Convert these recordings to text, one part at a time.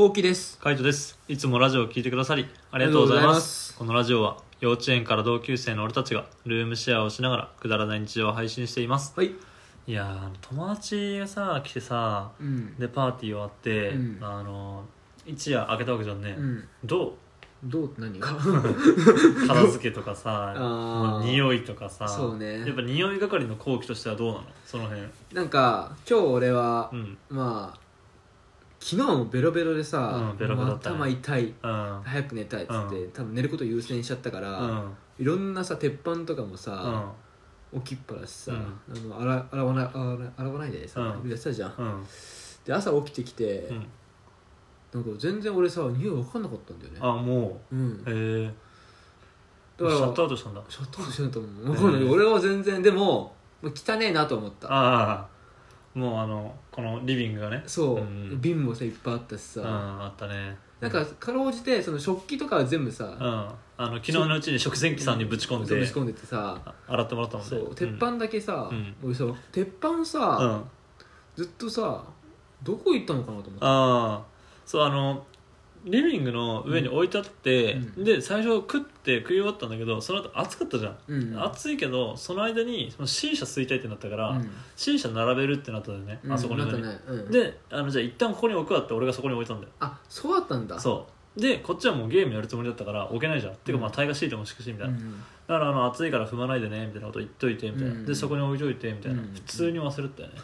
こうきです。 カイトです。いつもラジオを聞いてくださりありがとうございます。このラジオは幼稚園から同級生の俺たちがルームシェアをしながらくだらない日常を配信しています。 はい。 いやー、友達がさ来てさ、でパーティー終わって、一夜明けたわけじゃんね、どう何が片付けとかさ匂いとかさ、 そうね、 やっぱ匂い係の後期としてはどうなの、その辺。 なんか今日俺は、まあ昨日もベロベロでさ、 ベロベロだったね、 頭痛い、早く寝たいっつって、多分寝ることを優先しちゃったから、いろんなさ鉄板とかもさ、置きっぱなしさ、洗わないでさ、やってたじゃん、で朝起きてきて、なんか全然俺さ匂い分かんなかったんだよね。 もうだからシャットアウトしたんだ。 シャットアウトしてたと思う。分かんない、俺は全然。でも汚ねえなと思った。 もうこのリビングがね、 そう、瓶もさいっぱいあったしさ、 あったね。 なんかかろうじてその食器とかは全部さ、 昨日のうちに食洗機さんにぶち込んでてさ、 洗ってもらったもんね。 そう鉄板だけさ、俺さ鉄板さ、ずっとさどこ行ったのかなと思って。 そうリビングの上に置いてあって、で最初食い終わったんだけど、その後暑かったじゃん、暑いけどその間にその C 社吸いたいってなったから、C 社並べるってなったんだよね、あそこに、でじゃあ一旦ここに置くわって俺がそこに置いたんだよ。 あ、そうだったんだ。 そうでこっちはもうゲームやるつもりだったから置けないじゃん、てかまあタイガーシートも敷くしみたいな、だから暑いから踏まないでねみたいなこと言っといてみたいな、でそこに置いといてみたいな、普通に忘れてたよね。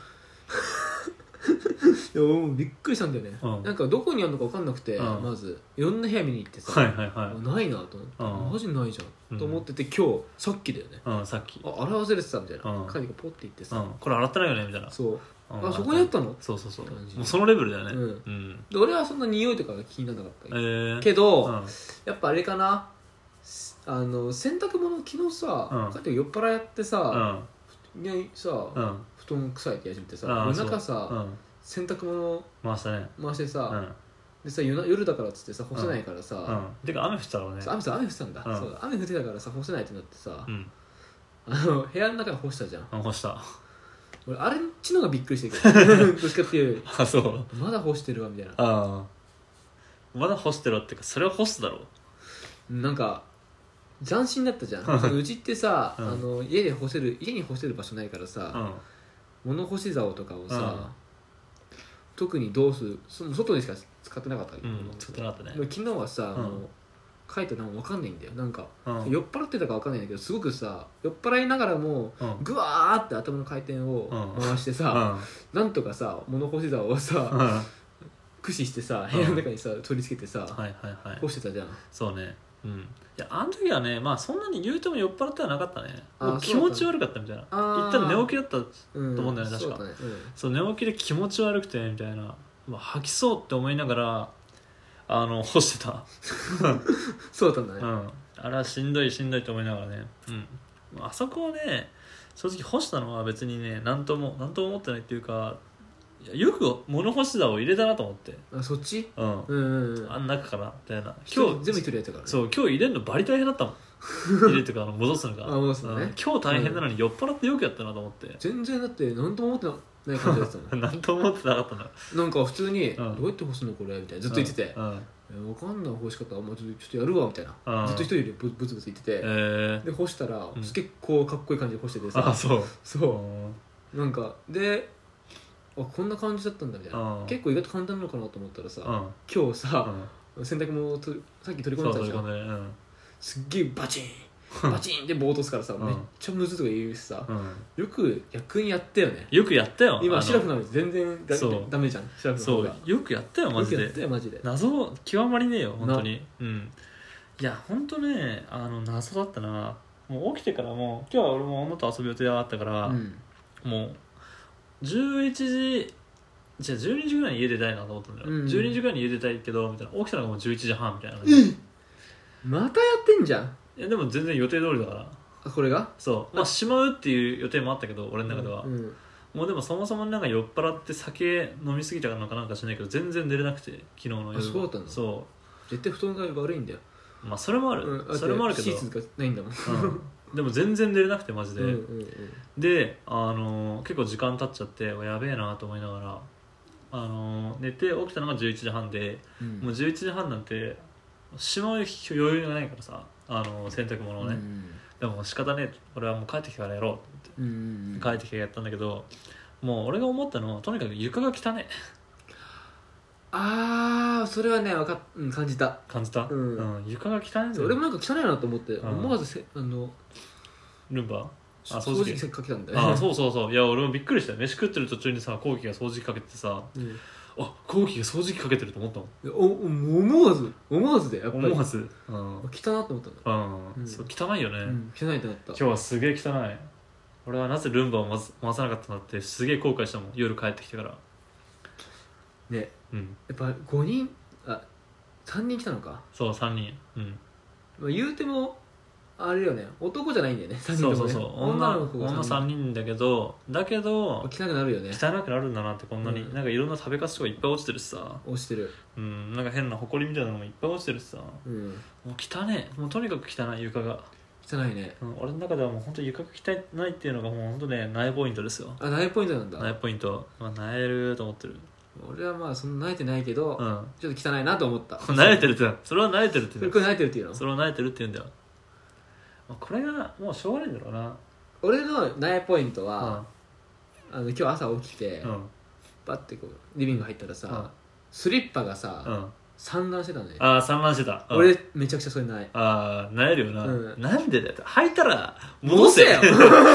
いやもうびっくりしたんだよね、なんかどこにあるのか分かんなくて、まずいろんな部屋見に行ってさ、ないなと思って、マジないじゃんと思ってて、今日さっきだよね、さっき洗わせれてたみたいな、カイがポッて言ってさ、 これ洗ってないよねみたいな、 そうそこにあったの、 そうもうそのレベルだよね。 で俺はそんな匂いとかが気にならなかったけど、やっぱあれかな、洗濯物昨日さ、カイが酔っ払いやってさ、布団臭いって始めてさ、夜中さ洗濯物回してさ、でさ夜だからっつってさ干せないからさ、 てか雨降ってたろうね。 雨降ってたんだ、そう雨降ってたからさ干せないってなってさ、部屋の中で干したじゃん。 干した。 俺あれっちのがびっくりしてるけどどっちかっていうそうまだ干してるわみたいな。 まだ干してるってか、それは干すだろう。なんか斬新だったじゃんうちってさ、家に干せる場所ないからさ、物干し竿とかをさ、特にどうする、外にしか使ってなかった使ってなかったね。 昨日はさ、書いてなんか分かんないんだよ。なんか、酔っ払ってたか分かんないんだけど、すごくさ酔っ払いながらも、グワーって頭の回転を回してさ、なんとかさ物干し竿をさ、駆使してさ部屋の中にさ取り付けてさ、干してたじゃん。 そうね。いやあの時はね、まあそんなに言うても酔っ払ってはなかったね。もう気持ち悪かったみたいな。一旦寝起きだったと思うんだよね、確か。そう寝起きで気持ち悪くてみたいな、吐きそうって思いながら干してたそうだったんだね。 あれはしんどいって思いながらね。あそこはね、正直干したのは別にね、なんとも思ってないっていうか、よく物干し竿を入れたなと思って。 そっち？あん中からみたいな。 今日全部一人やったからね。 そう、今日入れるのバリ大変だったもん入れてか戻すのが戻すのね。 今日大変なのに酔っ払ってよくやったなと思って。 全然だって何とも思ってない感じだったもん何とも思ってなかったな。 なんか普通にどうやって干すのこれみたいなずっと言ってて、分かんない干し方、ちょっとやるわみたいな、ずっと一人でブツブツ言ってて、で干したら結構かっこいい感じで干しててさ、そうなんかでこんな感じだったんだみたいな、結構意外と簡単なのかなと思ったらさ、今日さ、洗濯物さっき取り込んでたじゃん、すっげえバチンって棒落とすからさ、めっちゃむずいとか言うしさ、よく逆にやったよね。 よくやったよ。 今シラフなのに全然ダメじゃん、シラフの方が。 よくやったよマジで。 よくやったよマジで。 謎極まりねえよ本当に。いや本当ね、謎だったな。もう起きてからも今日は俺も女と遊ぶ予定があったから、もう11時じゃあ12時ぐらいに家出たいなと思ったんだよ、12時ぐらいに家出たいけどみたいな、起きたのがもう11時半みたいな感じ、 またやってんじゃん。 いやでも全然予定通りだから。 これがそうしまうっていう予定もあったけど俺の中では、もうでもそもそもなんか酔っ払って酒飲みすぎたのかなんかしないけど全然寝れなくて、昨日の夜。 そうだったんだ。そう絶対布団が悪いんだよ。 それもある、それもあるけどシーツがないんだもんでも全然寝れなくてマジで、で結構時間経っちゃってやべえなと思いながら寝て起きたのが11時半で、もう11時半なんてしまう余裕がないからさ、洗濯物をね、でも仕方ねえ、俺はもう帰ってきてからやろうと思って、帰ってきてやったんだけど、もう俺が思ったのはとにかく床が汚ねえ。 それはね感じた、 床が汚いんだよ。 俺もなんか汚いなと思って、思わずルンバ掃除機かけたんだよね。そういや俺もびっくりしたよ。飯食ってる途中にさ、コウキが掃除機かけてさ、コウキが掃除機かけてると思ったもん。 思わずでやっぱり思わず、 汚なと思ったんだ。 そう汚いよね、 汚いってなった。 今日はすげえ汚い。俺はなぜルンバを回さなかったんだってすげえ後悔したもん、夜帰ってきてからね。やっぱ5人3人来たのか。 そう3人。 言うてもあれよね、男じゃないんだよね、3人ともね。 そう女3人だけど汚くなるよね。 汚くなるんだなって。こんなに、なんかいろんな食べかすとかいっぱい落ちてるしさ。 落ちてる。 なんか変なホコリみたいなのもいっぱい落ちてるしさ、もう汚ねえ。もうとにかく汚い、床が汚いね。 俺の中ではもう本当に床が汚いっていうのがもう本当ね、苗ポイントですよ。 苗ポイントなんだ。 苗ポイント、苗えると思ってる。 俺はまあそんな苗えてないけど、ちょっと汚いなと思った。 苗えてるって、それは苗えてるってこれ苗えてるっていうの。 それは苗えてるって言うんだよ。これがもうしょうがないんだろうな。 俺の苗ポイントは、今日朝起きて、バッてこうリビング入ったらさ、スリッパがさ、散乱してたね。 散乱してた。 俺めちゃくちゃそれない。 苗えるよな。なんでだよ。履いたら戻せよ。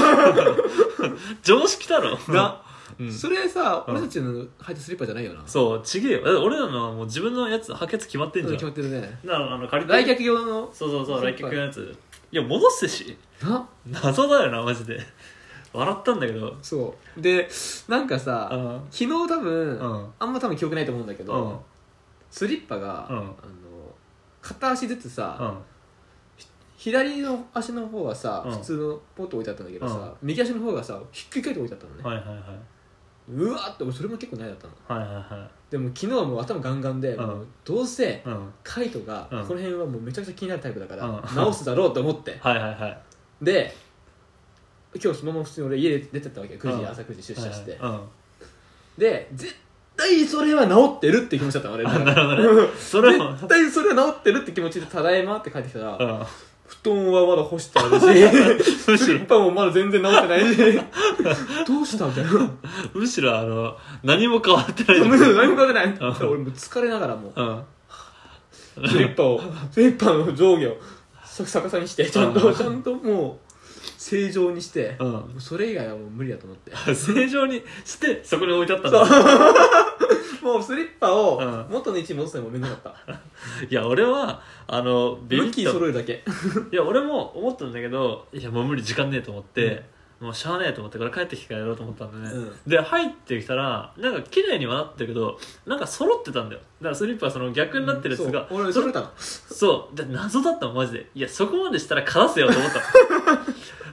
常識だろな。 それさ、俺たちの履いたスリッパじゃないよな。 そう、ちげえよ。俺らのはもう自分のやつ履くやつ決まってんじゃん。 決まってるね。 借りて来客用の。 そう来客用のやつ。いや戻せし。謎だよなマジで。笑ったんだけど。 そうで、なんかさ、昨日多分あんま記憶ないと思うんだけど、スリッパが片足ずつさ、左の足の方はさ、普通のポッと置いてあったんだけどさ、右足の方がさひっくり返って置いてあったのね。うわーって、それも結構ないだったの。でも昨日はもう頭ガンガンで、もうどうせカイトがこの辺はもうめちゃくちゃ気になるタイプだから直すだろうと思って、で今日そのまま普通に俺家出てったわけよ。朝9時出社して、で絶対それは治ってるって気持ちだったの俺。なるほどね。絶対それは治ってるって気持ちでただいまって帰ってきたら、布団はまだ干してあるし、スリッパもまだ全然治ってないし、どうしたみたいな。 むしろ何も変わってない。 何も変わってない。俺も疲れながらもスリッパの上下を逆さにして、ちゃんともう正常にして、それ以外はもう無理だと思って。 正常にしてそこに置いてあったんだ。 もうスリッパを元の位置に戻すのもめんどかった。 いや俺はビビッと揃えるだけ。 いや俺も思ったんだけど、いやもう無理、時間ねえと思って、もうしゃあねえと思って、これ帰ってきてからやろうと思ったんだね。で入ってきたらなんか綺麗にはなってるけど、なんか揃ってたんだよ。だからスリッパはその逆になってるやつが、 俺揃えたの。 そうで、謎だったのマジで。いやそこまでしたらかせよと思った。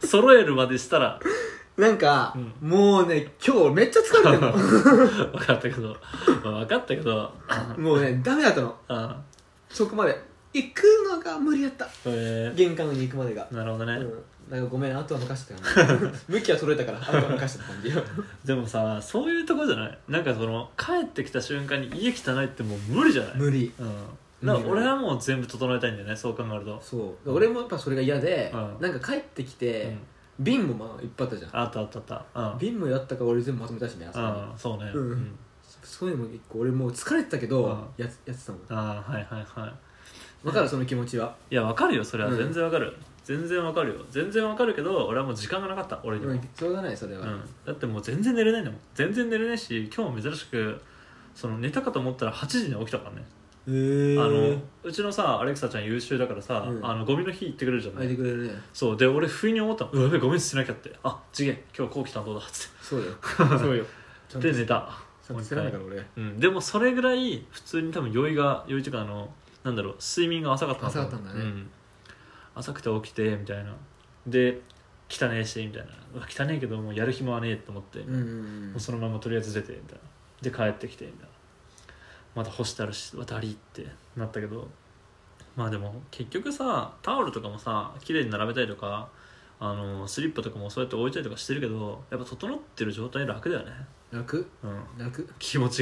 揃えるまでしたらなんか、もうね今日めっちゃ疲れてるの。 分かったけどもうねダメだったの。そこまで行くのが無理だった。玄関に行くまでが。 なるほどね。 なんかごめん、あとは任せてたから。向きは揃えたからあとは任せてた感じよ。 でもさ、そういうとこじゃない。なんか帰ってきた瞬間に家汚いってもう無理じゃない。 無理。 だから俺はもう全部整えたいんだよね、そう考えると。 そう、俺もやっぱそれが嫌で、なんか帰ってきて瓶もまあいっぱいあったじゃん。 あった瓶もやったから俺全部まとめたしね、朝に。 そうね。 そういうのも一個俺もう疲れてたけどやってたもん。分かる、その気持ちは。 いや分かるよ、それは全然分かる。全然分かるよ。全然分かるけど俺はもう時間がなかった。俺にもしょうがない、それは。 だってもう全然寝れないんだもん。全然寝れないし、今日も珍しく寝たかと思ったら8時に起きたからね。うちのさアレクサちゃん優秀だからさ、ゴミの日行ってくれるじゃない。 行ってくれるね。 そうで、俺不意に思ったの。やべえ、ゴミ捨てなきゃって。ちげえ、今日後期担当だっつって。 そうよそうよ。 で寝た。 もう一回。 でもそれぐらい普通に多分酔いというかなんだろう、睡眠が浅かったんだね。 浅くて起きてみたいな。で汚ねえしみたいな。汚ねえけどもうやる暇はねえと思って、もうそのままとりあえず出てみたいな。で帰ってきてみたいな。また干してあるし渡りってなったけど、まあでも結局さ、タオルとかもさ綺麗に並べたりとか、スリッパとかもそうやって置いたりとかしてるけど、やっぱ整ってる状態楽だよね。 楽、 気持ちが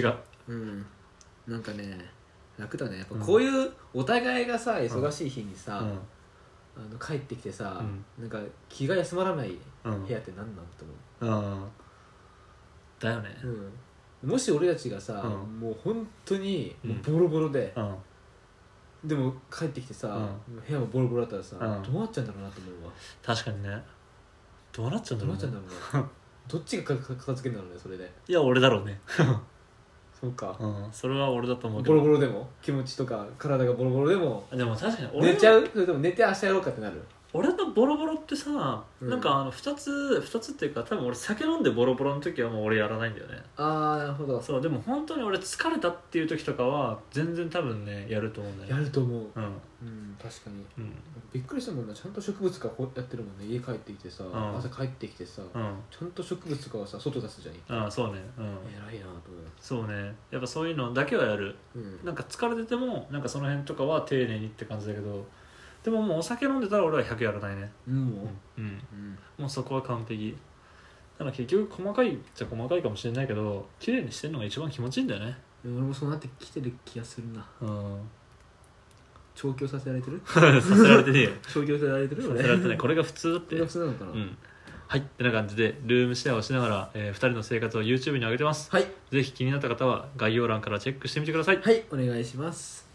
なんかね楽だねやっぱこういうお互いがさ忙しい日にさ、帰ってきてさ、なんか気が休まらない部屋って何なんと思う。 だよね、 もし俺たちがさ、もう本当にもうボロボロで、でも帰ってきてさ、部屋もボロボロだったらさ、どうなっちゃうんだろうなと思うわ。 確かにね。どうなっちゃうんだろうね。 どっちが片付けるんだろうねそれで。 いや俺だろうね。 そうか、 それは俺だと思うけど、 ボロボロでも気持ちとか体がボロボロでも。 でも確かに俺寝ちゃう？それとも寝て明日やろうかってなる？ 俺のボロボロってさ、なんか2つっていうか多分俺酒飲んでボロボロの時はもう俺やらないんだよね。 ああなるほど。 そうでも本当に俺疲れたっていう時とかは全然多分ねやると思うんだよね。 やると思う。確かに、びっくりしたもんな。ちゃんと植物がやってるもんね。家帰ってきてさ、朝帰ってきてさ、ちゃんと植物とかはさ外出すじゃん。 そうね。 偉いなと思う。 そうね。やっぱそういうのだけはやる。なんか疲れててもなんかその辺とかは丁寧にって感じだけど、でももうお酒飲んでたら俺は100やらないね。もうそこは完璧。だから結局細かいっちゃ細かいかもしれないけど、綺麗にしてるのが一番気持ちいいんだよね。 俺もそうなってきてる気がするな。調教させられてる？ させられてねえよ。 調教させられてる？ させられてない。これが普通だって。 これが普通なのかな。 はいってな感じでルームシェアをしながら、2人の生活を YouTube に上げてます。ぜひ気になった方は概要欄からチェックしてみてください。 はいお願いします。